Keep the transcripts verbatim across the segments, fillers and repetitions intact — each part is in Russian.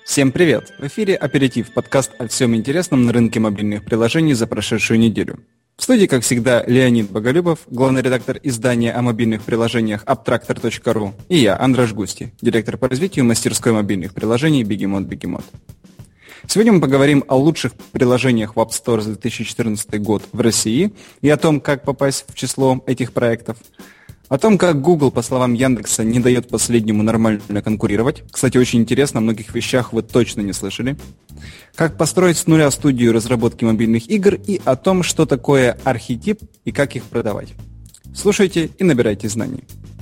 Всем привет! В эфире «Аперитив» – подкаст о всем интересном на рынке мобильных приложений за прошедшую неделю. В студии, как всегда, Леонид Боголюбов, главный редактор издания о мобильных приложениях абтрактор точка ру, и я, Андраш Густи, директор по развитию мастерской мобильных приложений Бегемот Бегемот. Сегодня мы поговорим о лучших приложениях в App Store за две тысячи четырнадцатый год в России и о том, как попасть в число этих проектов. О том, как Google, по словам Яндекса, не дает последнему нормально конкурировать. Кстати, очень интересно, о многих вещах вы точно не слышали. Как построить с нуля студию разработки мобильных игр и о том, что такое архетип и как их продавать. Слушайте и набирайте знаний.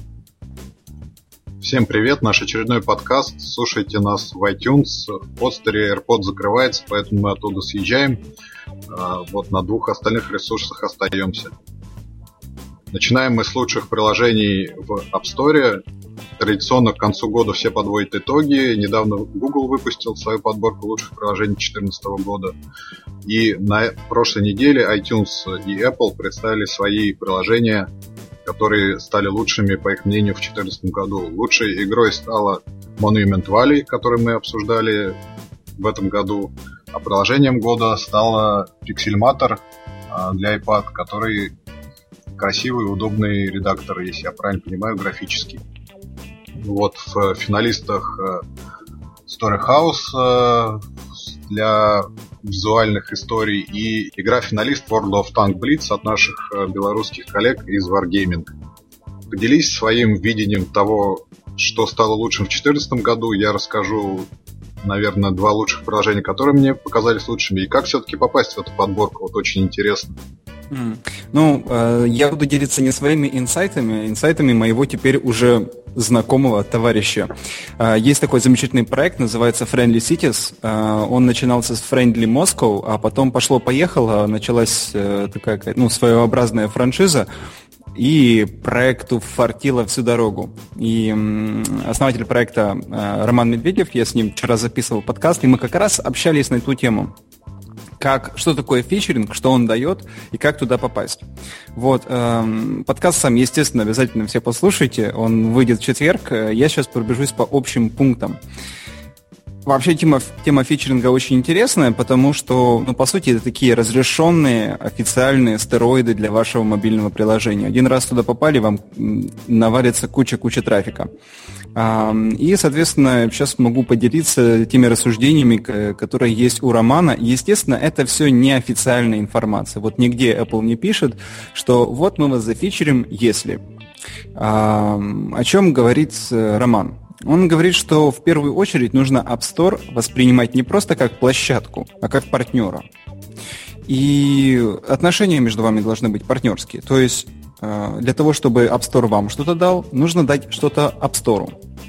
Всем привет, наш очередной подкаст. Слушайте нас в iTunes. В подстере AirPod закрывается, поэтому мы оттуда съезжаем. Вот на двух остальных ресурсах остаемся. Начинаем мы с лучших приложений в App Store. Традиционно к концу года все подводят итоги. Недавно Google выпустил свою подборку лучших приложений две тысячи четырнадцатого года. И на прошлой неделе iTunes и Apple представили свои приложения, которые стали лучшими, по их мнению, в две тысячи четырнадцатом году. Лучшей игрой стала Monument Valley, которую мы обсуждали в этом году. А приложением года стала Pixelmator для iPad, который красивый, удобный редактор, если я правильно понимаю, графический. Вот в финалистах Story House для визуальных историй и игра-финалист World of Tank Blitz от наших белорусских коллег из Wargaming. Поделись своим видением того, что стало лучшим в две тысячи четырнадцатом году. Я расскажу, наверное, два лучших приложения, которые мне показались лучшими, и как все-таки попасть в эту подборку. Вот очень интересно. Mm. Ну, э, я буду делиться не своими инсайтами, инсайтами моего теперь уже знакомого товарища. Э, есть такой замечательный проект, называется Friendly Cities. Э, он начинался с Friendly Moscow, а потом пошло-поехало, началась э, такая, ну, своеобразная франшиза, и проекту фартило всю дорогу. И м, основатель проекта э, Роман Медведев, я с ним вчера записывал подкаст, и мы как раз общались на эту тему. Как, что такое фичеринг, что он дает и как туда попасть. Вот, эм, подкаст сам, естественно, обязательно все послушайте, он выйдет в четверг, я сейчас пробежусь по общим пунктам. Вообще тема, тема фичеринга очень интересная, потому что, ну, по сути, это такие разрешенные официальные стероиды для вашего мобильного приложения. Один раз туда попали, вам навалится куча-куча трафика. И, соответственно, сейчас могу поделиться теми рассуждениями, которые есть у Романа. Естественно, это все неофициальная информация. Вот нигде Apple не пишет, что вот мы вас зафичерим, если. О чем говорит Роман? Он говорит, что в первую очередь нужно App Store воспринимать не просто как площадку, а как партнера. И отношения между вами должны быть партнерские. То есть для того, чтобы App Store вам что-то дал, нужно дать что-то App Store.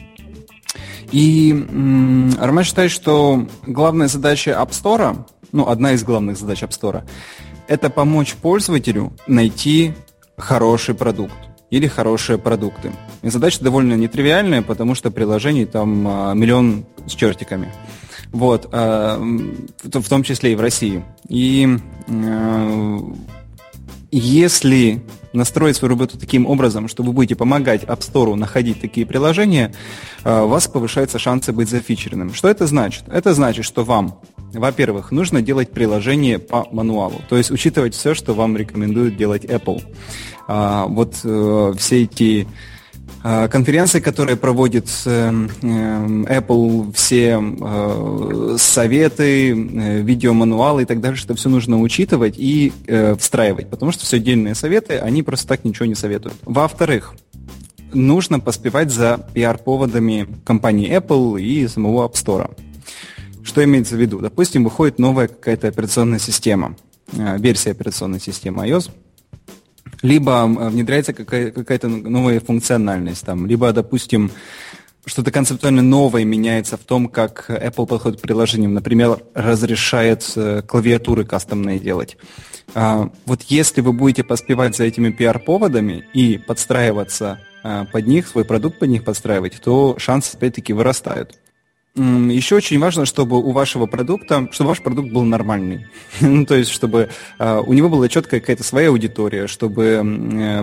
И м- Роман считает, что главная задача App Store, ну, одна из главных задач App Store, это помочь пользователю найти хороший продукт или хорошие продукты. И задача довольно нетривиальная, потому что приложений там а, миллион с чертиками. Вот, а, в, в том числе и в России. И а, если настроить свою работу таким образом, что вы будете помогать App Store находить такие приложения, у вас повышаются шансы быть зафичеренным. Что это значит? Это значит, что вам, во-первых, нужно делать приложение по мануалу, то есть учитывать все, что вам рекомендует делать Apple. Вот все эти конференции, которые проводит Apple, все советы, видеомануалы и так далее, что все нужно учитывать и встраивать, потому что все отдельные советы, они просто так ничего не советуют. Во-вторых, нужно поспевать за пиар-поводами компании Apple и самого App Store. Что имеется в виду? Допустим, выходит новая какая-то операционная система, версия операционной системы iOS, либо внедряется какая- какая-то новая функциональность, там, либо, допустим, что-то концептуально новое меняется в том, как Apple подходит к приложениям, например, разрешает клавиатуры кастомные делать. Вот если вы будете поспевать за этими пиар-поводами и подстраиваться под них, свой продукт под них подстраивать, то шансы опять-таки вырастают. Еще очень важно, чтобы у вашего продукта, чтобы ваш продукт был нормальный. Ну, то есть, чтобы у него была четкая какая-то своя аудитория, чтобы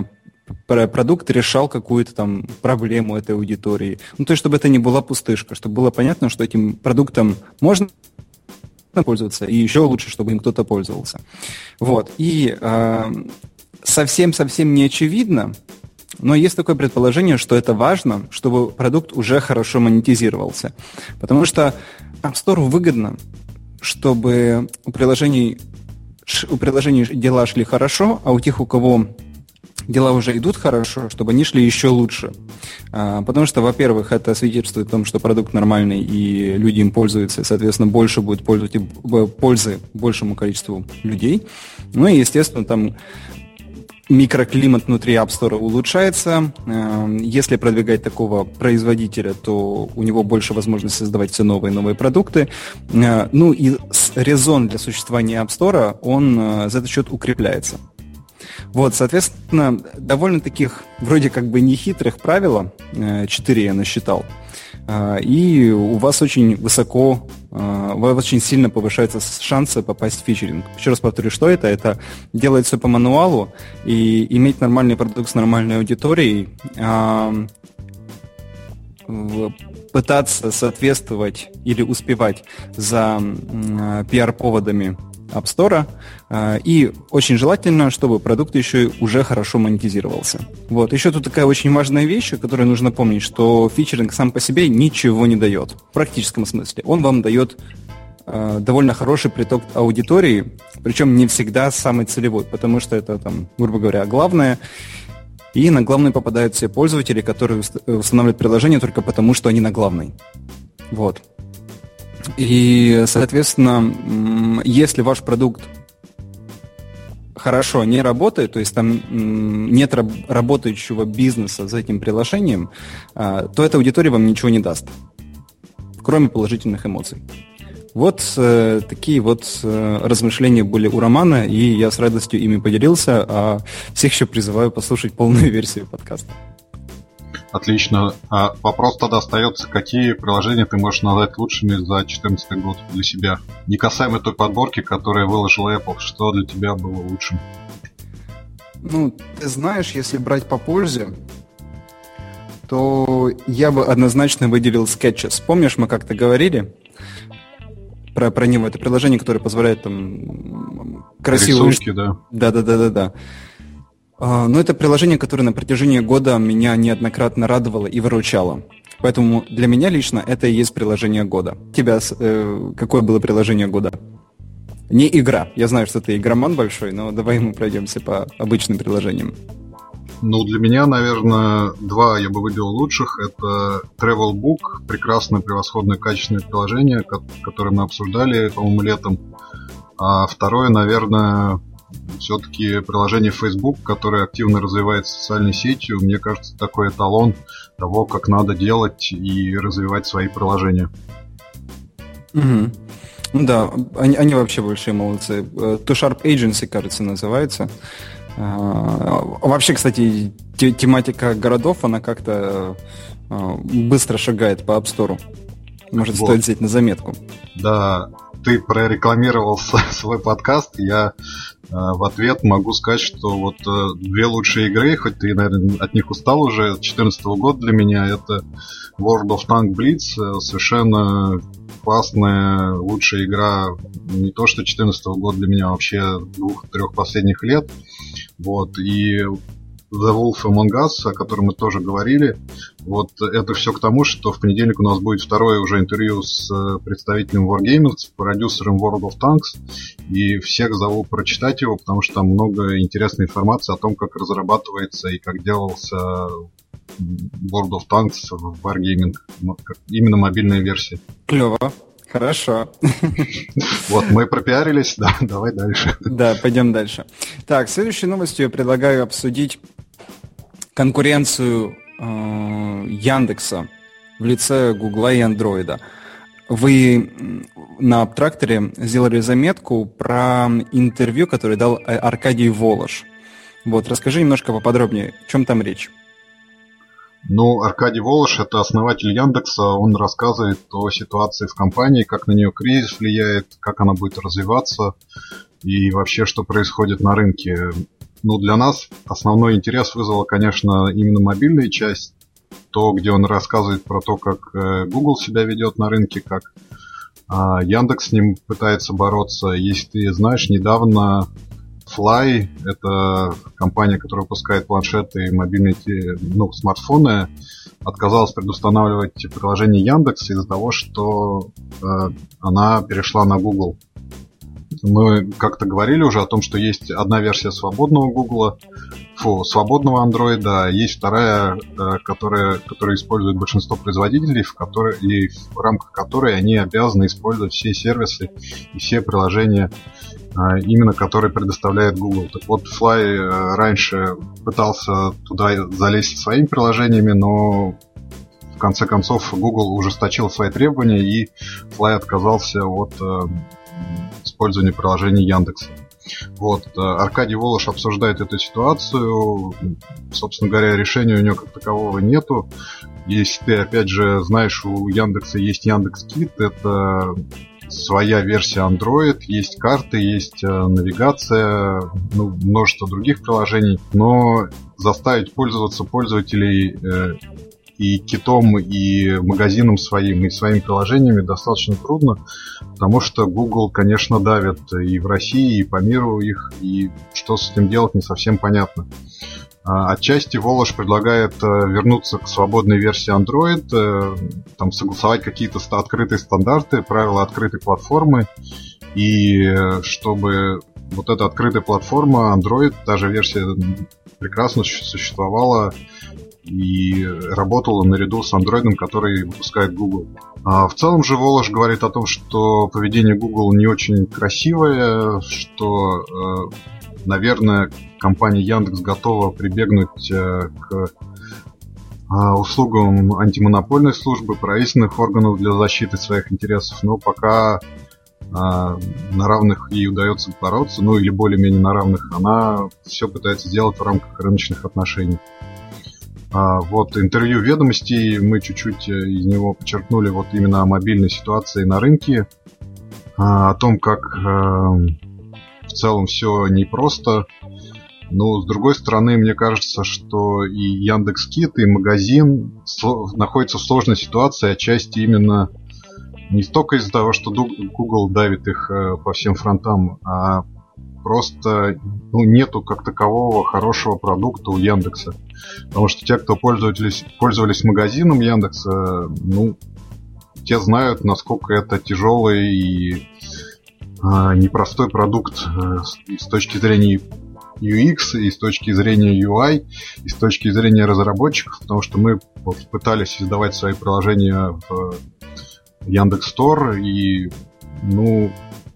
продукт решал какую-то там проблему этой аудитории. Ну, то есть, чтобы это не была пустышка, чтобы было понятно, что этим продуктом можно пользоваться, и еще лучше, чтобы им кто-то пользовался. Вот. И э, совсем-совсем не очевидно, но есть такое предположение, что это важно, чтобы продукт уже хорошо монетизировался. Потому что App Store выгодно, чтобы у приложений, у приложений дела шли хорошо, а у тех, у кого дела уже идут хорошо, чтобы они шли еще лучше. А, потому что, во-первых, это свидетельствует о том, что продукт нормальный, и люди им пользуются, и, соответственно, больше будет пользы большему количеству людей. Ну и, естественно, там микроклимат внутри App Store улучшается. Если продвигать такого производителя, то у него больше возможности создавать все новые и новые продукты. Ну и резон для существования App Store, он за этот счет укрепляется. Вот, соответственно, довольно таких вроде как бы нехитрых правил, четыре я насчитал, и у вас очень высоко, у вас очень сильно повышаются шансы попасть в фичеринг. Еще раз повторю, что это? Это делать все по мануалу и иметь нормальный продукт с нормальной аудиторией, пытаться соответствовать или успевать за пиар-поводами App Store, и очень желательно, чтобы продукт еще и уже хорошо монетизировался. Вот. Еще тут такая очень важная вещь, о которой нужно помнить, что фичеринг сам по себе ничего не дает. В практическом смысле. Он вам дает э, довольно хороший приток аудитории, причем не всегда самый целевой, потому что это, там, грубо говоря, главное. И на главный попадают все пользователи, которые устанавливают приложение только потому, что они на главной. Вот. И, соответственно, если ваш продукт хорошо не работает, то есть там нет работающего бизнеса за этим приложением, то эта аудитория вам ничего не даст, кроме положительных эмоций. Вот э, такие вот э, размышления были у Романа, и я с радостью ими поделился, а всех еще призываю послушать полную версию подкаста. Отлично. А вопрос тогда остается, какие приложения ты можешь назвать лучшими за две тысячи четырнадцатый год для себя? Не касаемо той подборки, которую выложил Apple, что для тебя было лучшим? Ну, ты знаешь, если брать по пользе, то я бы однозначно выделил Sketches. Помнишь, мы как-то говорили про, про него? Это приложение, которое позволяет там красиво... Рисунки, да. Да-да-да-да-да. Но это приложение, которое на протяжении года меня неоднократно радовало и выручало. Поэтому для меня лично это и есть приложение года. У тебя э, какое было приложение года? Не игра. Я знаю, что ты игроман большой, но давай мы пройдемся по обычным приложениям. Ну, для меня, наверное, два я бы выделил лучших. Это Travelbook, прекрасное, превосходное, качественное приложение, которое мы обсуждали, по-моему, летом. А второе, наверное... все-таки приложение Facebook, которое активно развивается социальной сетью, мне кажется, такой эталон того, как надо делать и развивать свои приложения. Угу. Ну да, они, они вообще большие молодцы. Too Sharp Agency, кажется, называется. А, вообще, кстати, те, тематика городов, она как-то а, быстро шагает по App Store. Может, вот. Стоит взять на заметку. Да, ты прорекламировал свой подкаст, я в ответ могу сказать, что вот две лучшие игры, хоть ты, наверное, от них устал уже, две тысячи четырнадцатого года для меня, это World of Tanks Blitz, совершенно классная, лучшая игра, не то что две тысячи четырнадцатого года для меня, вообще двух-трех последних лет. Вот, и The Wolf Among Us, о котором мы тоже говорили. Вот это все к тому, что в понедельник у нас будет второе уже интервью с представителем Wargaming, с продюсером World of Tanks. И всех зову прочитать его, потому что там много интересной информации о том, как разрабатывается и как делался World of Tanks в Wargaming. Именно мобильная версия. Клево. Хорошо. Вот, мы пропиарились, да, давай дальше. Да, пойдем дальше. Так, следующей новостью я предлагаю обсудить конкуренцию э, Яндекса в лице Гугла и Андроида. Вы на Аптракторе сделали заметку про интервью, которое дал Аркадий Волош. Вот, расскажи немножко поподробнее, о чем там речь. Ну, Аркадий Волош, это основатель Яндекса, он рассказывает о ситуации в компании, как на нее кризис влияет, как она будет развиваться и вообще, что происходит на рынке. Ну, для нас основной интерес вызвала, конечно, именно мобильная часть, то, где он рассказывает про то, как Google себя ведет на рынке, как Яндекс с ним пытается бороться. Если ты знаешь, недавно Fly, это компания, которая выпускает планшеты и мобильные, ну, смартфоны, отказалась предустанавливать приложение Яндекс из-за того, что э, она перешла на Google. Мы как-то говорили уже о том, что есть одна версия свободного Google, фу, свободного Android, а есть вторая, э, которая, которую использует большинство производителей, в, которой, и в рамках которой они обязаны использовать все сервисы и все приложения, именно который предоставляет Google. Так вот, Fly раньше пытался туда залезть своими приложениями, но в конце концов Google ужесточил свои требования, и Fly отказался от э, использования приложений Яндекса. Вот. Аркадий Волош обсуждает эту ситуацию. Собственно говоря, решения у него как такового нету. Если ты, опять же, знаешь, у Яндекса есть Яндекс.Кит, это своя версия Android, есть карты, есть э, навигация, ну, множество других приложений, но заставить пользоваться пользователей э, и китом, и магазином своим, и своими приложениями достаточно трудно, потому что Google, конечно, давит и в России, и по миру их, и что с этим делать, не совсем понятно. Отчасти Волош предлагает вернуться к свободной версии Android, там, согласовать какие-то открытые стандарты, правила открытой платформы, и чтобы вот эта открытая платформа Android, та же версия, прекрасно существовала и работала наряду с Android, который выпускает Google. А в целом же Волош говорит о том, что поведение Google не очень красивое, что, наверное, компания Яндекс готова прибегнуть к услугам антимонопольной службы, правительственных органов для защиты своих интересов, но пока на равных ей удается бороться, ну или более-менее на равных, она все пытается сделать в рамках рыночных отношений. Вот интервью «Ведомостей», мы чуть-чуть из него подчеркнули вот именно о мобильной ситуации на рынке, о том, как в целом все непросто. Но, с другой стороны, мне кажется, что и Яндекс.Кит, и магазин находятся в сложной ситуации, отчасти именно не столько из-за того, что Google давит их по всем фронтам, а просто ну, нету как такового хорошего продукта у Яндекса. Потому что те, кто пользовались, пользовались магазином Яндекса, ну, те знают, насколько это тяжелый и а, непростой продукт а, с точки зрения ю экс, и с точки зрения ю ай, и с точки зрения разработчиков, потому что мы вот, пытались издавать свои приложения в Яндекс.Стор, и, ну,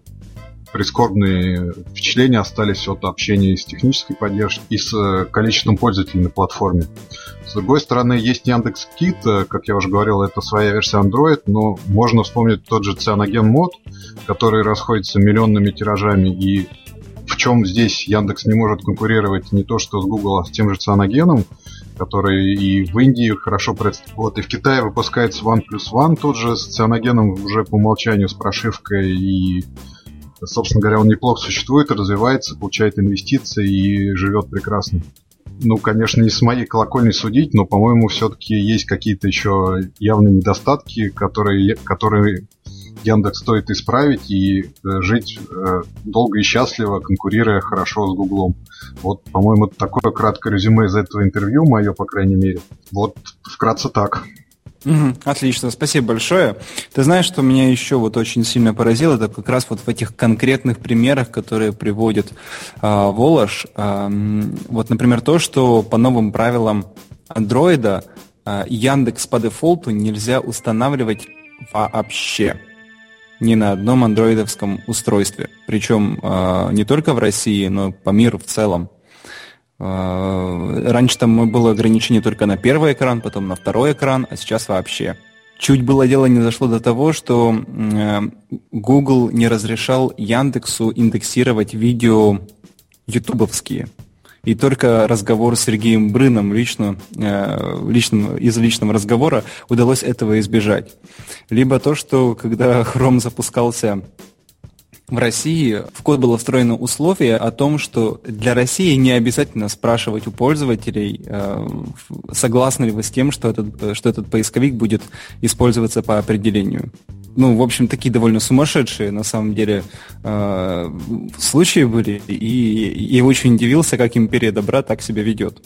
прискорбные впечатления остались от общения с технической поддержкой и с количеством пользователей на платформе. С другой стороны, есть Яндекс.Кит, как я уже говорил, это своя версия Android, но можно вспомнить тот же CyanogenMod, который расходится миллионными тиражами, и в чем здесь Яндекс не может конкурировать не то что с Google, а с тем же Cyanogen, который и в Индии хорошо представляет. Вот, и в Китае выпускается OnePlus One, тот же с Cyanogen уже по умолчанию с прошивкой, и, собственно говоря, он неплохо существует, развивается, получает инвестиции и живет прекрасно. Ну, конечно, не с моей колокольни судить, но, по-моему, все-таки есть какие-то еще явные недостатки, которые, которые Яндекс стоит исправить и э, жить э, долго и счастливо, конкурируя хорошо с Гуглом. Вот, по-моему, такое краткое резюме из этого интервью, мое, по крайней мере. Вот, вкратце так. Угу, отлично, спасибо большое. Ты знаешь, что меня еще вот очень сильно поразило, это как раз вот в этих конкретных примерах, которые приводит э, Волош. Э, вот, например, то, что по новым правилам Андроида э, Яндекс по дефолту нельзя устанавливать вообще. Ни на одном андроидовском устройстве. Причем э, не только в России, но по миру в целом. Э, раньше там было ограничение только на первый экран, потом на второй экран, а сейчас вообще. Чуть было дело не дошло до того, что э, Google не разрешал Яндексу индексировать видео ютубовские. И только разговор с Сергеем Брыном лично, э, личным, из личного разговора удалось этого избежать. Либо то, что когда Chrome запускался в России в код было встроено условие о том, что для России не обязательно спрашивать у пользователей, согласны ли вы с тем, что этот, что этот поисковик будет использоваться по определению. Ну, в общем, такие довольно сумасшедшие, на самом деле, случаи были, и я очень удивился, как империя добра так себя ведет.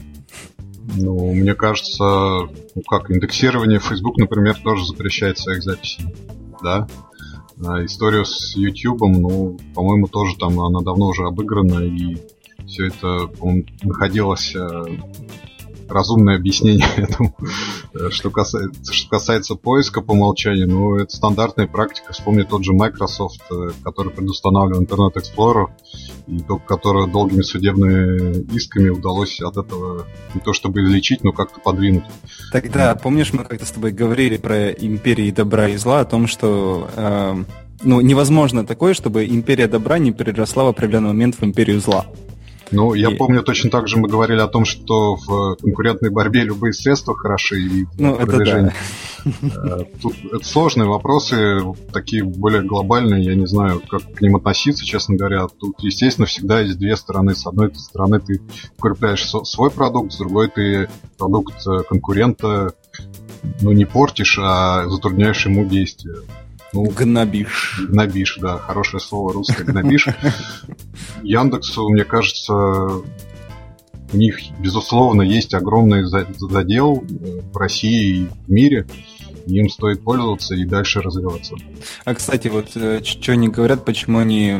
Ну, мне кажется, ну как, индексирование Facebook, например, тоже запрещает своих записей, да? А историю с YouTube, ну, по-моему, тоже там она давно уже обыграна, и все это, по-моему, находилось разумное объяснение этому. Что касается, что касается поиска по умолчанию, ну, это стандартная практика. Вспомни тот же Microsoft, который предустанавливал Internet Explorer, и только которого долгими судебными исками удалось от этого не то чтобы излечить, но как-то подвинуть. Тогда, помнишь, мы как-то с тобой говорили про империи добра и зла, о том, что э, ну, невозможно такое, чтобы империя добра не переросла в определенный момент в империю зла. Ну, я и... помню, точно так же мы говорили о том, что в конкурентной борьбе любые средства хороши. И ну, это да. Тут это сложные вопросы, такие более глобальные, я не знаю, как к ним относиться, честно говоря. Тут, естественно, всегда есть две стороны. С одной стороны, ты укрепляешь свой продукт, с другой ты продукт конкурента, ну, не портишь, а затрудняешь ему действия. Ну, гнобишь. Гнобишь, да, хорошее слово русское, гнобишь. Яндексу, мне кажется, у них, безусловно, есть огромный задел в России и в мире. Им стоит пользоваться и дальше развиваться. А, кстати, вот что они говорят, почему они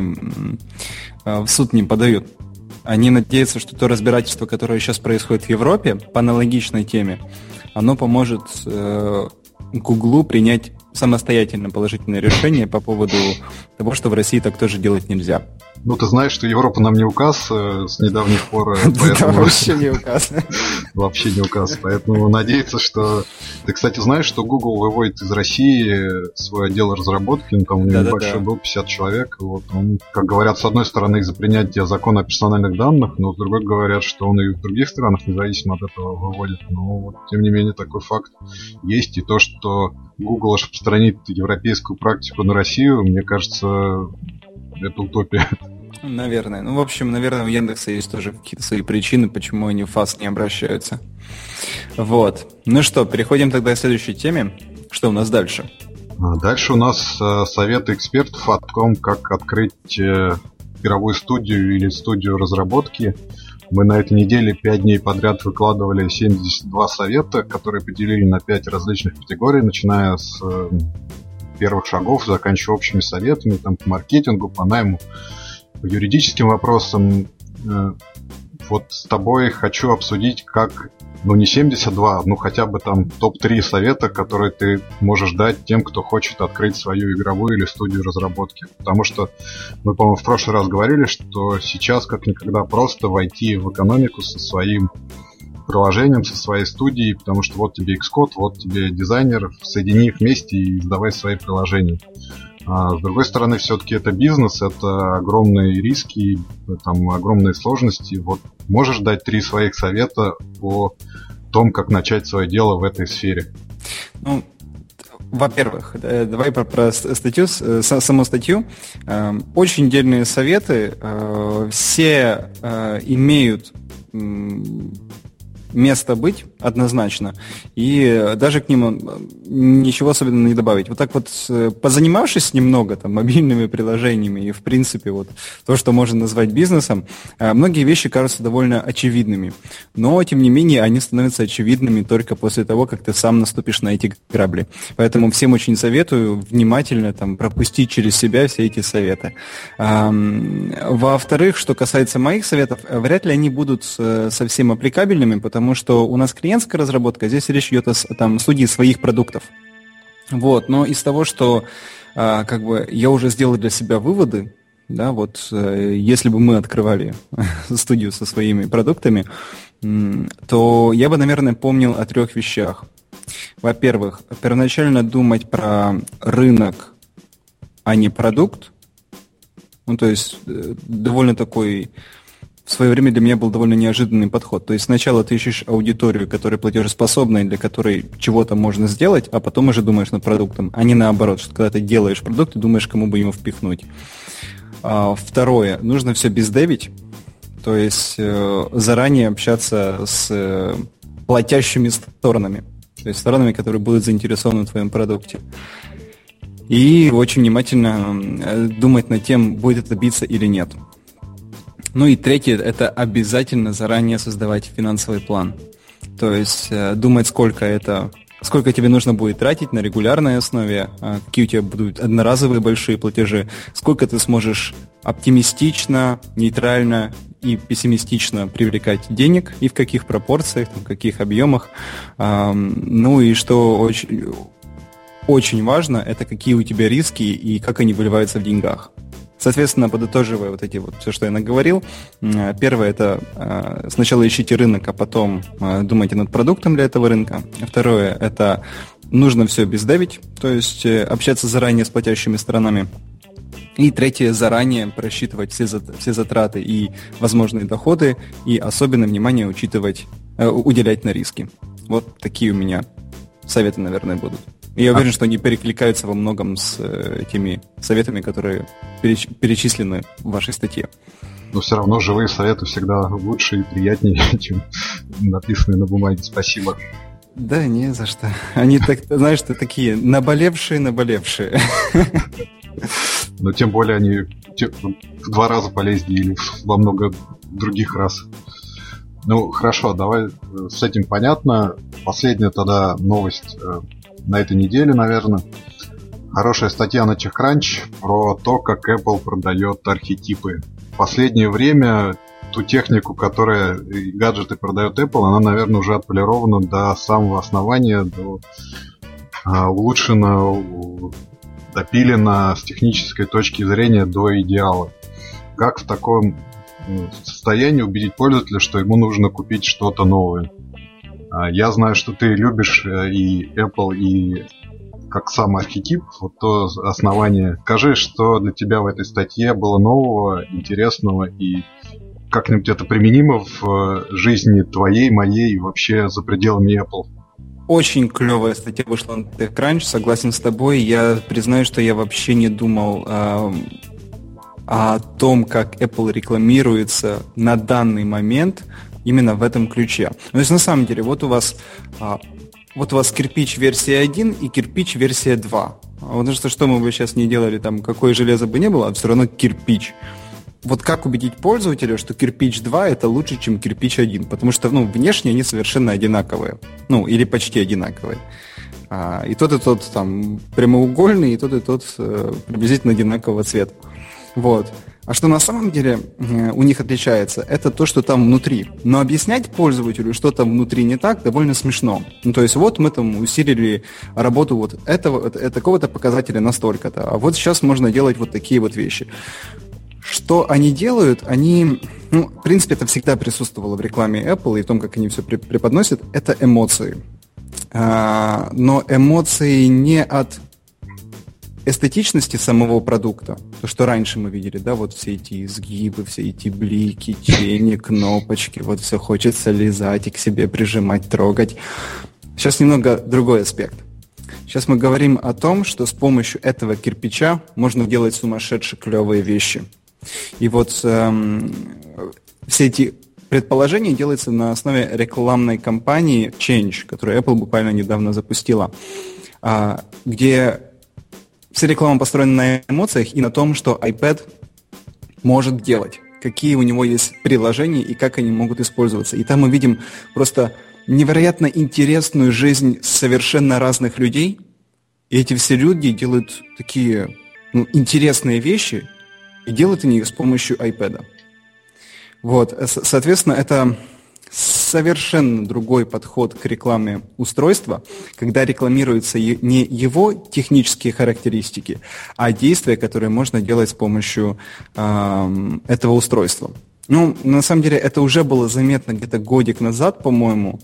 в суд не подают? Они надеются, что то разбирательство, которое сейчас происходит в Европе по аналогичной теме, оно поможет Гуглу принять самостоятельно положительное решение по поводу того, что в России так тоже делать нельзя. Ну, ты знаешь, что Европа нам не указ э, с недавних пор. Да, вообще не указ. Вообще не указ. Поэтому надеяться, что... Ты, кстати, знаешь, что Google выводит из России свой отдел разработки, ну, там у него небольшой был, пятьдесят человек. Вот он, как говорят, с одной стороны, из-за принятия закона о персональных данных, но с другой говорят, что он и в других странах независимо от этого выводит. Но, вот, тем не менее, такой факт есть. И то, что Google распространит европейскую практику на Россию, мне кажется, это утопия. Наверное. Ну, в общем, наверное, у Яндекса есть тоже какие-то свои причины, почему они в ФАС не обращаются. Вот. Ну что, переходим тогда к следующей теме. Что у нас дальше? Дальше у нас э, советы экспертов о том, как открыть э, игровую студию или студию разработки. Мы на этой неделе пять дней подряд выкладывали семьдесят два совета, которые поделили на пять различных категорий, начиная с э, первых шагов, заканчивая общими советами там, по маркетингу, по найму, по юридическим вопросам. Э, вот с тобой хочу обсудить, как, ну не семьдесят два, ну хотя бы там топ три совета, которые ты можешь дать тем, кто хочет открыть свою игровую или студию разработки. Потому что мы, по-моему, в прошлый раз говорили, что сейчас как никогда просто войти в экономику со своим приложением, со своей студией, потому что вот тебе Xcode, вот тебе дизайнер, соедини их вместе и издавай свои приложения. А с другой стороны, все-таки это бизнес, это огромные риски, там огромные сложности. Вот можешь дать три своих совета по тому, как начать свое дело в этой сфере? Ну, во-первых, давай про, про статью, саму статью. Очень дельные советы. Все имеют место быть однозначно, и даже к ним ничего особенного не добавить. Вот так вот, позанимавшись немного там мобильными приложениями и, в принципе, вот то, что можно назвать бизнесом, многие вещи кажутся довольно очевидными. Но, тем не менее, они становятся очевидными только после того, как ты сам наступишь на эти грабли. Поэтому всем очень советую внимательно там пропустить через себя все эти советы. Во-вторых, что касается моих советов, вряд ли они будут совсем аппликабельными, потому Потому что у нас клиентская разработка, здесь речь идет о там, студии своих продуктов. Вот. Но из того, что а, как бы я уже сделал для себя выводы, да, вот а, если бы мы открывали студию со своими продуктами, то я бы, наверное, помнил о трех вещах. Во-первых, первоначально думать про рынок, а не продукт. Ну, то есть довольно такой... В свое время для меня был довольно неожиданный подход. То есть сначала ты ищешь аудиторию, которая платежеспособна и для которой чего-то можно сделать, а потом уже думаешь над продуктом, а не наоборот, что когда ты делаешь продукт, ты думаешь, кому бы ему впихнуть. Второе, нужно все бездевить, то есть заранее общаться с платящими сторонами, то есть сторонами, которые будут заинтересованы в твоем продукте. И очень внимательно думать над тем, будет это биться или нет. Ну и третье, это обязательно заранее создавать финансовый план. То есть думать, сколько это, сколько тебе нужно будет тратить на регулярной основе, какие у тебя будут одноразовые большие платежи, сколько ты сможешь оптимистично, нейтрально и пессимистично привлекать денег, и в каких пропорциях, в каких объемах. Ну и что очень, очень важно, это какие у тебя риски и как они выливаются в деньгах. Соответственно, подытоживая вот эти вот все, что я наговорил, первое – это сначала ищите рынок, а потом думайте над продуктом для этого рынка. Второе – это нужно все бездевить, то есть общаться заранее с платящими сторонами. И третье – заранее просчитывать все, все затраты и возможные доходы, и особенно внимание учитывать, уделять на риски. Вот такие у меня советы, наверное, будут. И я уверен, что они перекликаются во многом с э, теми советами, которые переч- перечислены в вашей статье. Но все равно живые советы всегда лучше и приятнее, чем написанные на бумаге. Спасибо. Да, не за что. Они, так, знаешь, такие наболевшие-наболевшие. Но тем более они в два раза полезнее или во много других раз. Ну, хорошо, давай с этим понятно. Последняя тогда новость на этой неделе, наверное. Хорошая статья на TechCrunch про то, как Apple продает архетипы. В последнее время ту технику, которая гаджеты продает Apple, она, наверное, уже отполирована до самого основания, до а, улучшена, допилена с технической точки зрения до идеала. Как в таком состоянии убедить пользователя, что ему нужно купить что-то новое? Я знаю, что ты любишь и Apple, и как сам архетип, вот то основание. Скажи, что для тебя в этой статье было нового, интересного и как-нибудь это применимо в жизни твоей, моей и вообще за пределами Apple? Очень клевая статья вышла на TechCrunch, согласен с тобой. Я признаю, что я вообще не думал э, о том, как Apple рекламируется на данный момент именно в этом ключе. То есть на самом деле, вот у вас, а, вот у вас кирпич версия один и кирпич версия два. Потому что что мы бы сейчас не делали, там, какое железо бы не было, а все равно кирпич. Вот как убедить пользователя, что кирпич два это лучше, чем кирпич один? Потому что, ну, внешне они совершенно одинаковые. Ну, или почти одинаковые. А, и тот, и тот там прямоугольный, и тот, и тот э, приблизительно одинакового цвета. Вот. А что на самом деле э, у них отличается, это то, что там внутри. Но объяснять пользователю, что там внутри не так, довольно смешно. Ну, то есть вот мы там усилили работу вот этого, это, такого-то показателя настолько-то, а вот сейчас можно делать вот такие вот вещи. Что они делают, они, ну, в принципе, это всегда присутствовало в рекламе Apple и в том, как они все преподносят, это эмоции. А, но эмоции не от эстетичности самого продукта, то, что раньше мы видели, да, вот все эти изгибы, все эти блики, тени, кнопочки, вот все хочется лизать и к себе прижимать, трогать. Сейчас немного другой аспект. Сейчас мы говорим о том, что с помощью этого кирпича можно делать сумасшедшие клевые вещи. И вот эм, все эти предположения делаются на основе рекламной кампании Change, которую Apple буквально недавно запустила, э, где вся реклама построена на эмоциях и на том, что iPad может делать, какие у него есть приложения и как они могут использоваться. И там мы видим просто невероятно интересную жизнь совершенно разных людей, и эти все люди делают такие, ну, интересные вещи, и делают они их с помощью iPad. Вот, соответственно, это совершенно другой подход к рекламе устройства, когда рекламируются не его технические характеристики, а действия, которые можно делать с помощью э, этого устройства. Ну, на самом деле, это уже было заметно где-то годик назад, по-моему.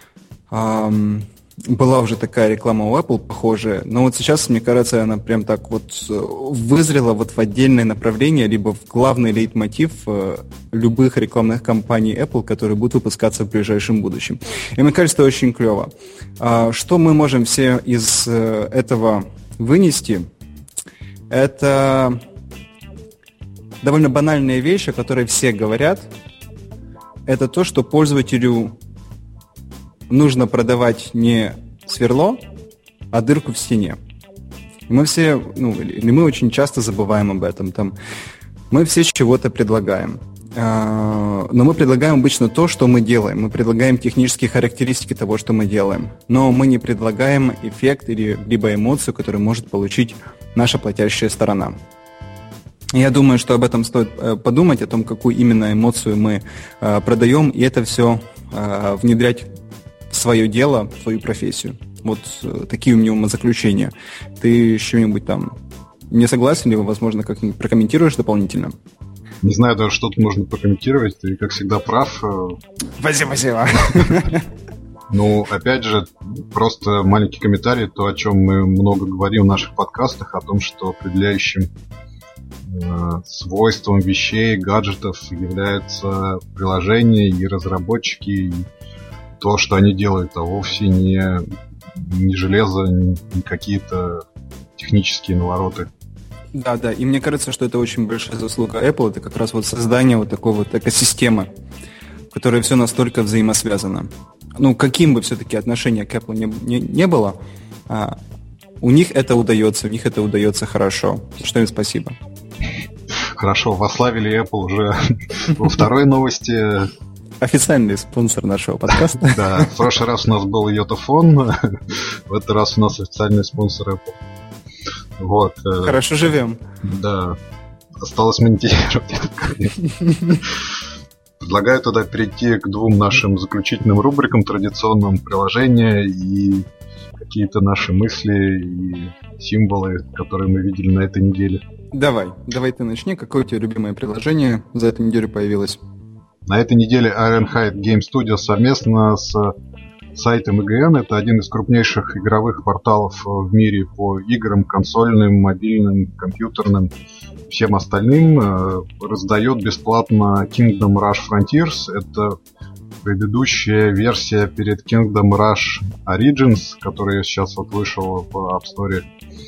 Эм, была уже такая реклама у Apple похожая, но вот сейчас, мне кажется, она прям так вот вызрела вот в отдельное направление, либо в главный лейтмотив э, любых рекламных кампаний Apple, которые будут выпускаться в ближайшем будущем. И мне кажется, это очень клево. А, что мы можем все из э, этого вынести? Это довольно банальная вещь, о которой все говорят, это то, что пользователю нужно продавать не сверло, а дырку в стене. И мы все, ну, или мы очень часто забываем об этом. Там, мы все чего-то предлагаем. Но мы предлагаем обычно то, что мы делаем. Мы предлагаем технические характеристики того, что мы делаем. Но мы не предлагаем эффект или либо эмоцию, которую может получить наша платящая сторона. Я думаю, что об этом стоит подумать, о том, какую именно эмоцию мы продаем, и это все внедрять в свое дело, в свою профессию. Вот такие у меня умозаключения. Ты что-нибудь там не согласен, либо, возможно, как-нибудь прокомментируешь дополнительно? Не знаю даже, что тут можно прокомментировать. Ты, как всегда, прав. Спасибо, спасибо. Ну, опять же, просто маленький комментарий, то, о чем мы много говорим в наших подкастах, о том, что определяющим э, свойством вещей, гаджетов являются приложения и разработчики, и то, что они делают, а вовсе не, не железо, не, не какие-то технические навороты. Да, да, и мне кажется, что это очень большая заслуга Apple, это как раз вот создание вот такой вот экосистемы, в которой все настолько взаимосвязано. Ну, каким бы все-таки отношение к Apple не, не, не было, а, у них это удается, у них это удается хорошо. За что им спасибо. Хорошо, восславили Apple уже во второй новости. Официальный спонсор нашего подкаста. Да, в прошлый раз у нас был Йотафон, в этот раз у нас официальный спонсор Apple. Вот. Хорошо живем. Да. Осталось монетизировать этот конец. Предлагаю тогда перейти к двум нашим заключительным рубрикам традиционным: приложения и какие-то наши мысли и символы, которые мы видели на этой неделе. Давай, давай ты начни. Какое у тебя любимое приложение за эту неделю появилось? На этой неделе Ironhide Game Studio совместно с сайтом и джи эн, это один из крупнейших игровых порталов в мире по играм, консольным, мобильным, компьютерным, всем остальным, раздает бесплатно Kingdom Rush Frontiers. Это предыдущая версия перед Kingdom Rush Origins, которая сейчас вот вышла в App Store.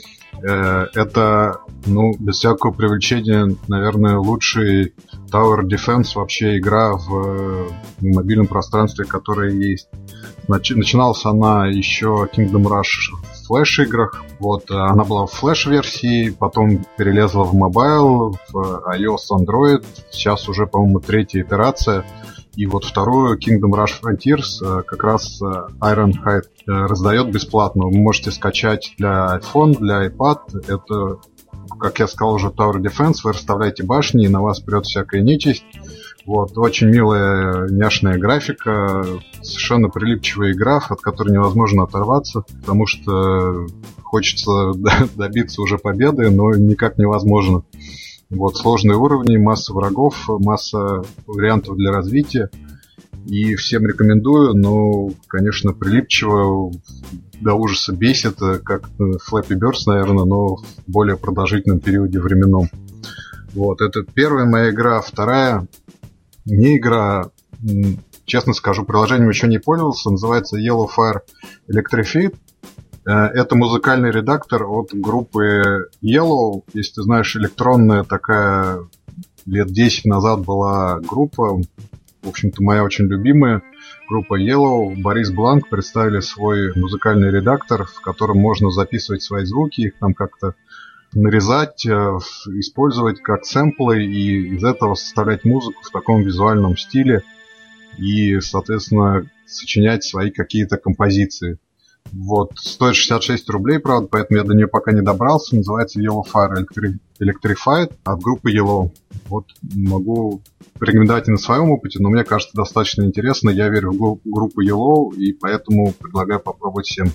Это, ну, без всякого привлечения, наверное, лучший Tower Defense вообще игра в мобильном пространстве, которая есть. Начиналась она еще Kingdom Rush в флеш-играх. Вот, она была в флеш-версии, потом перелезла в мобайл, в iOS, Android. Сейчас уже, по-моему, третья итерация. И вот вторую, Kingdom Rush Frontiers, как раз Ironhide раздает бесплатно. Вы можете скачать для iPhone, для iPad. Это, как я сказал уже, Tower Defense. Вы расставляете башни, и на вас прет всякая нечисть. Вот, очень милая, няшная графика, совершенно прилипчивая игра, от которой невозможно оторваться, потому что хочется добиться уже победы, но никак невозможно. Вот, сложные уровни, масса врагов, масса вариантов для развития. И всем рекомендую, но, конечно, прилипчиво, до ужаса бесит, как Flappy Birds, наверное, но в более продолжительном периоде временном. Вот, это первая моя игра. Вторая, не игра, честно скажу, приложением еще не пользовался, называется Yellow Fire Electrified. Это музыкальный редактор от группы Yellow. Если ты знаешь, электронная такая, лет десять назад была группа, в общем-то, моя очень любимая группа Yellow. Борис Бланк представили свой музыкальный редактор, в котором можно записывать свои звуки, их там как-то нарезать, использовать как сэмплы и из этого составлять музыку в таком визуальном стиле и, соответственно, сочинять свои какие-то композиции. Вот, стоит шестьдесят шесть рублей, правда, поэтому я до нее пока не добрался. Называется Yellow Fire Electrified от группы Yellow. Вот, могу порекомендовать и на своем опыте, но мне кажется достаточно интересно. Я верю в группу Yellow, и поэтому предлагаю попробовать всем.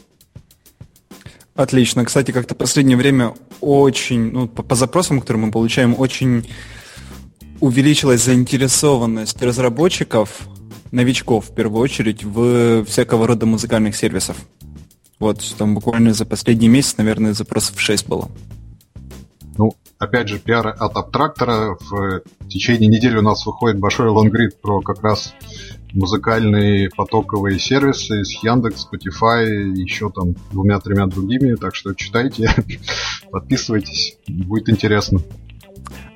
Отлично. Кстати, как-то в последнее время очень, ну, по, по запросам, которые мы получаем, очень увеличилась заинтересованность разработчиков, новичков в первую очередь, в всякого рода музыкальных сервисов. Вот, там буквально за последний месяц, наверное, запросов шесть было. Ну, опять же, пиар от Абтрактора. В течение недели у нас выходит большой лонгрид про как раз музыкальные потоковые сервисы с Яндекс, Spotify, еще там двумя-тремя другими. Так что читайте, подписывайтесь, будет интересно.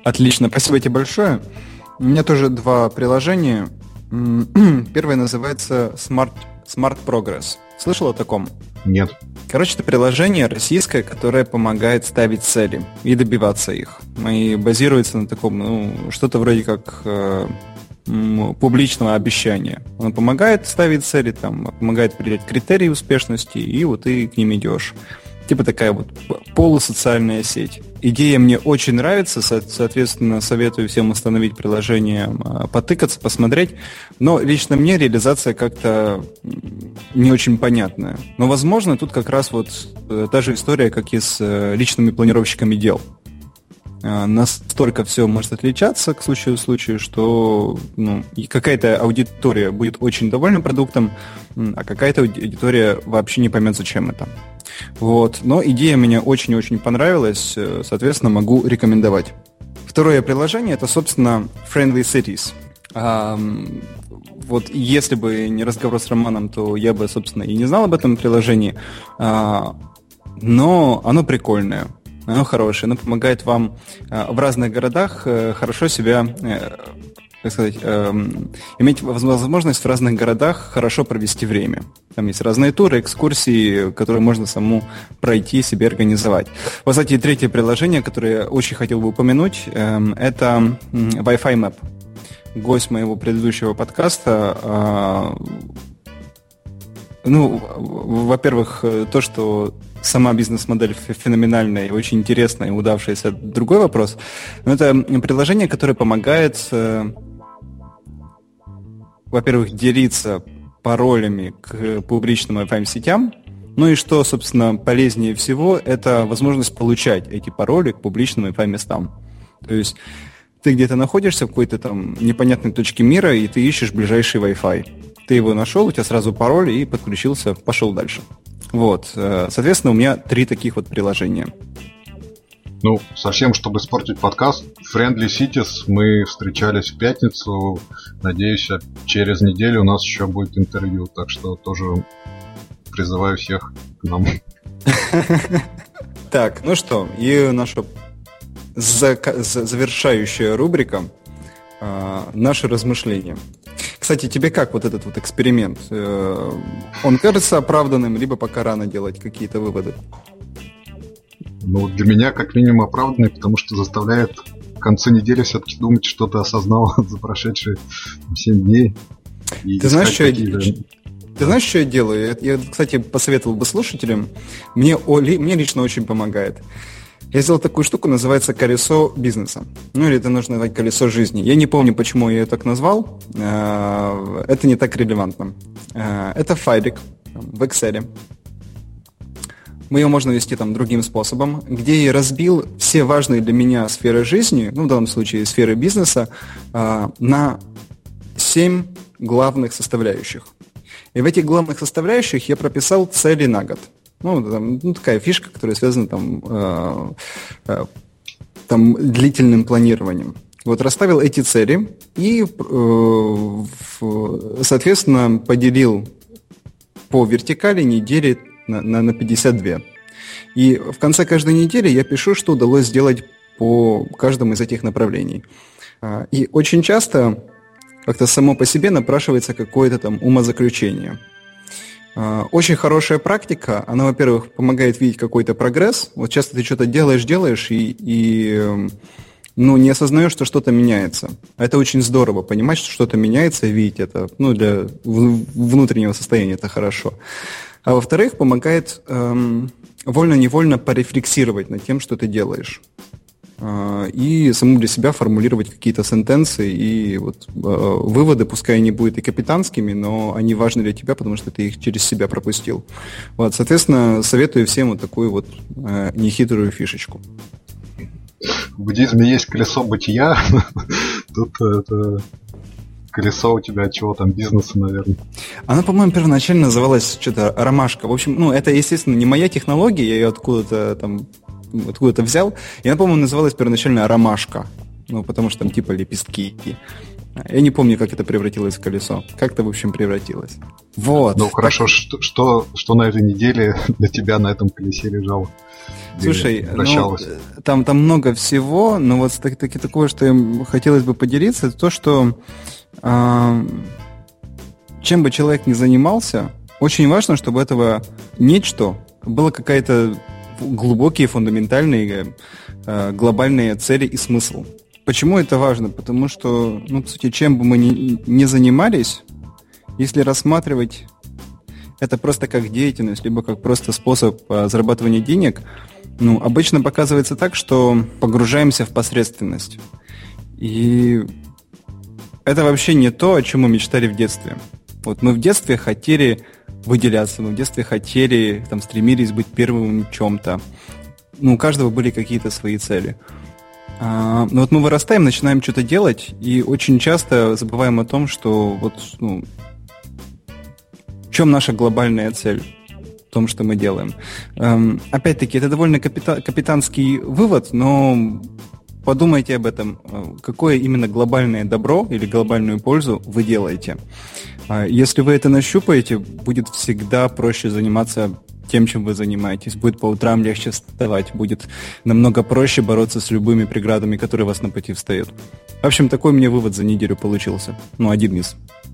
Отлично, спасибо тебе большое. У меня тоже два приложения. Первое называется Smart, Smart Progress. Слышал о таком? Нет. Короче, это приложение российское, которое помогает ставить цели и добиваться их. И базируется на таком, ну, что-то вроде как э, м, публичного обещания. Оно помогает ставить цели, там, помогает определять критерии успешности, и вот ты к ним идешь. Типа такая вот полусоциальная сеть. Идея мне очень нравится, соответственно, советую всем установить приложение, потыкаться, посмотреть. Но лично мне реализация как-то не очень понятная. Но, возможно, тут как раз вот та же история, как и с личными планировщиками дел. Настолько все может отличаться к случаю в случае, что ну, какая-то аудитория будет очень довольна продуктом, а какая-то аудитория вообще не поймет, зачем это. Вот. Но идея мне очень-очень понравилась, соответственно, могу рекомендовать. Второе приложение – это, собственно, Friendly Cities. А, вот если бы не разговор с Романом, то я бы, собственно, и не знал об этом приложении, а, но оно прикольное. Оно хорошее, оно помогает вам э, в разных городах э, хорошо себя, э, как сказать, э, иметь возможность в разных городах хорошо провести время. Там есть разные туры, экскурсии, которые можно самому пройти, себе организовать. Вот, кстати, третье приложение, которое я очень хотел бы упомянуть, э, это Wi-Fi Map. Гость моего предыдущего подкаста. Э, ну, во-первых, то, что сама бизнес-модель феноменальная и очень интересная и удавшаяся, другой вопрос. Но это приложение, которое помогает, э, во-первых, делиться паролями к публичным Wi-Fi сетям. Ну и что, собственно, полезнее всего, это возможность получать эти пароли к публичным Wi-Fi местам. То есть ты где-то находишься в какой-то там непонятной точке мира, и ты ищешь ближайший Wi-Fi. Ты его нашел, у тебя сразу пароль, и подключился, пошел дальше. Вот, соответственно, у меня три таких вот приложения. Ну, совсем, чтобы испортить подкаст, Friendly Cities мы встречались в пятницу. Надеюсь, через неделю у нас еще будет интервью, так что тоже призываю всех к нам. Так, ну что, и наша завершающая рубрика «Наши размышления». Кстати, тебе как вот этот вот эксперимент? Он кажется оправданным, либо пока рано делать какие-то выводы? Ну, для меня как минимум оправданный, потому что заставляет в конце недели все-таки думать, что ты осознал за прошедшие семь дней. Ты знаешь, что я... Ты знаешь, что я делаю? Я, я, кстати, посоветовал бы слушателям. Мне, мне лично очень помогает. Я сделал такую штуку, называется «Колесо бизнеса». Ну, или это нужно назвать «Колесо жизни». Я не помню, почему я ее так назвал. Это не так релевантно. Это файлик в Excel. Ее можно вести там другим способом, где я разбил все важные для меня сферы жизни, ну, в данном случае сферы бизнеса, на семь главных составляющих. И в этих главных составляющих я прописал цели на год. Ну, там, ну, такая фишка, которая связана там, э, э, там, длительным планированием. Вот расставил эти цели и, э, в, соответственно, поделил по вертикали недели на, на, на пятьдесят две. И в конце каждой недели я пишу, что удалось сделать по каждому из этих направлений. И очень часто как-то само по себе напрашивается какое-то там умозаключение. Очень хорошая практика, она, во-первых, помогает видеть какой-то прогресс. Вот часто ты что-то делаешь, делаешь, и, и ну, не осознаешь, что что-то меняется. А это очень здорово, понимать, что что-то меняется, и видеть это. Ну, для внутреннего состояния это хорошо. А во-вторых, помогает эм, вольно-невольно порефлексировать над тем, что ты делаешь. И самому для себя формулировать какие-то сентенции и вот, э, выводы, пускай они будут и капитанскими, но они важны для тебя, потому что ты их через себя пропустил. Вот, соответственно, советую всем вот такую вот э, нехитрую фишечку. В буддизме есть колесо бытия. Тут это колесо у тебя чего там, бизнеса, наверное. Она, по-моему, первоначально называлась что-то ромашка. В общем, ну, это, естественно, не моя технология, я ее откуда-то там откуда-то взял. И она, по-моему, называлась первоначально ромашка. Ну, потому что там типа лепестки. Я не помню, как это превратилось в колесо. Как-то, в общем, превратилось. Вот. Ну, хорошо, так... что, что, что на этой неделе для тебя на этом колесе лежало? Слушай, ну, там, там много всего, но вот так, так, такое, что хотелось бы поделиться, это то, что э, чем бы человек ни занимался, очень важно, чтобы этого нечто было какая-то глубокие, фундаментальные, э, глобальные цели и смысл. Почему это важно? Потому что, ну, по сути, чем бы мы ни, ни занимались, если рассматривать это просто как деятельность, либо как просто способ э, зарабатывания денег, ну, обычно показывается так, что погружаемся в посредственность. И это вообще не то, о чем мы мечтали в детстве. Вот мы в детстве хотели выделяться, мы в детстве хотели, там, стремились быть первым в чем-то. Ну, у каждого были какие-то свои цели. А, но вот мы вырастаем, начинаем что-то делать, и очень часто забываем о том, что вот, ну, в чем наша глобальная цель в том, что мы делаем. Эм, опять-таки, это довольно капита- капитанский вывод, но подумайте об этом. Какое именно глобальное добро или глобальную пользу вы делаете? Если вы это нащупаете, будет всегда проще заниматься тем, чем вы занимаетесь. Будет по утрам легче вставать, будет намного проще бороться с любыми преградами, которые у вас на пути встают. В общем, такой мне вывод за неделю получился. Ну, один из.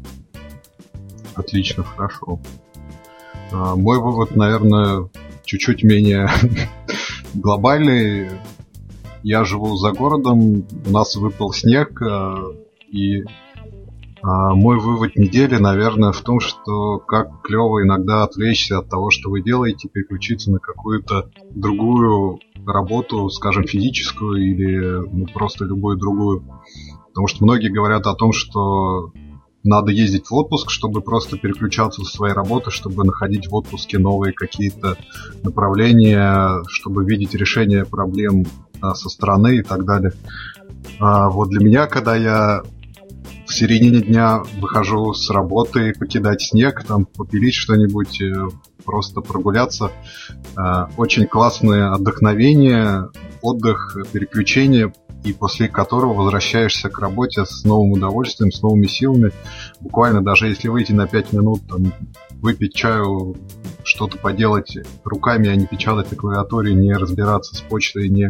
Отлично, хорошо. А, мой вывод, наверное, чуть-чуть менее глобальный. Я живу за городом, у нас выпал снег, и а, мой вывод недели, наверное, в том, что как клево иногда отвлечься от того, что вы делаете, переключиться на какую-то другую работу, скажем, физическую или ну, просто любую другую. Потому что многие говорят о том, что надо ездить в отпуск, чтобы просто переключаться со своей работы, чтобы находить в отпуске новые какие-то направления, чтобы видеть решение проблем а, со стороны и так далее. А, вот для меня, когда я в середине дня выхожу с работы, покидать снег, там попилить что-нибудь, просто прогуляться. Очень классное отдохновение, отдых, переключение, и после которого возвращаешься к работе с новым удовольствием, с новыми силами. Буквально даже если выйти на пять минут, там, выпить чаю, что-то поделать руками, а не печатать на клавиатуре, не разбираться с почтой, не,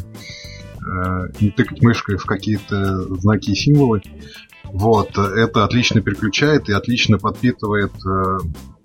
не тыкать мышкой в какие-то знаки и символы. Вот, это отлично переключает и отлично подпитывает э,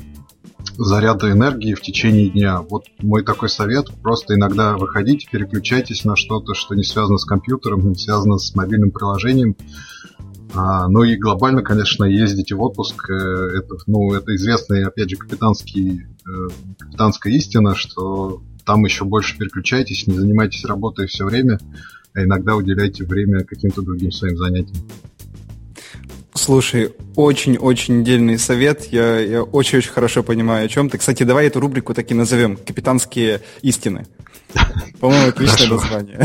заряды энергии в течение дня. Вот мой такой совет: просто иногда выходите, переключайтесь на что-то, что не связано с компьютером, не связано с мобильным приложением. А, ну и глобально, конечно, ездите в отпуск. Это, ну, это известная, опять же, капитанский, э, капитанская истина, что там еще больше переключайтесь, не занимайтесь работой все время, а иногда уделяйте время каким-то другим своим занятиям. Слушай, очень-очень дельный совет. Я, я очень-очень хорошо понимаю, о чем ты. Кстати, давай эту рубрику так и назовем: «Капитанские истины». По-моему, отличное название.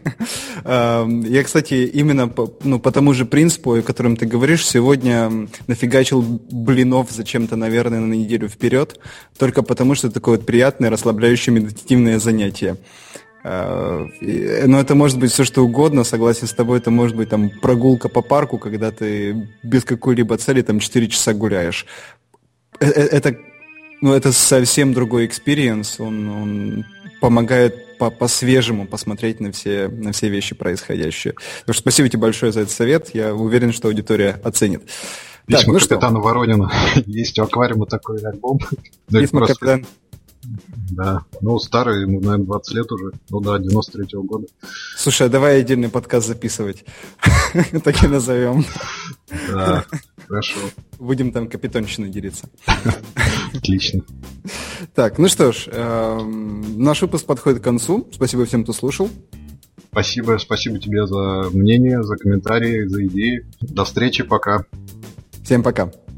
Я, кстати, именно по, ну, по тому же принципу, о котором ты говоришь, сегодня нафигачил блинов зачем-то, наверное, на неделю вперед, только потому, что это такое вот приятное, расслабляющее, медитативное занятие. Но это может быть все что угодно, согласен с тобой, это может быть там прогулка по парку, когда ты без какой-либо цели там четыре часа гуляешь. Это, ну, это совсем другой экспириенс, он, он помогает по- по-свежему посмотреть на все, на все вещи происходящие. Так что спасибо тебе большое за этот совет, я уверен, что аудитория оценит. Письма так, ну капитана что? Воронина. Есть у аквариума такой альбом. Письма капитана. Да, ну старый, ему, наверное, двадцать лет уже. Ну да, девяносто третьего года. Слушай, а давай отдельный подкаст записывать. Так и назовем. Да, хорошо. Будем там капитонщиной делиться. Отлично. Так, ну что ж, наш выпуск подходит к концу. Спасибо всем, кто слушал. Спасибо, спасибо тебе за мнение, за комментарии, за идеи. До встречи, пока. Всем пока.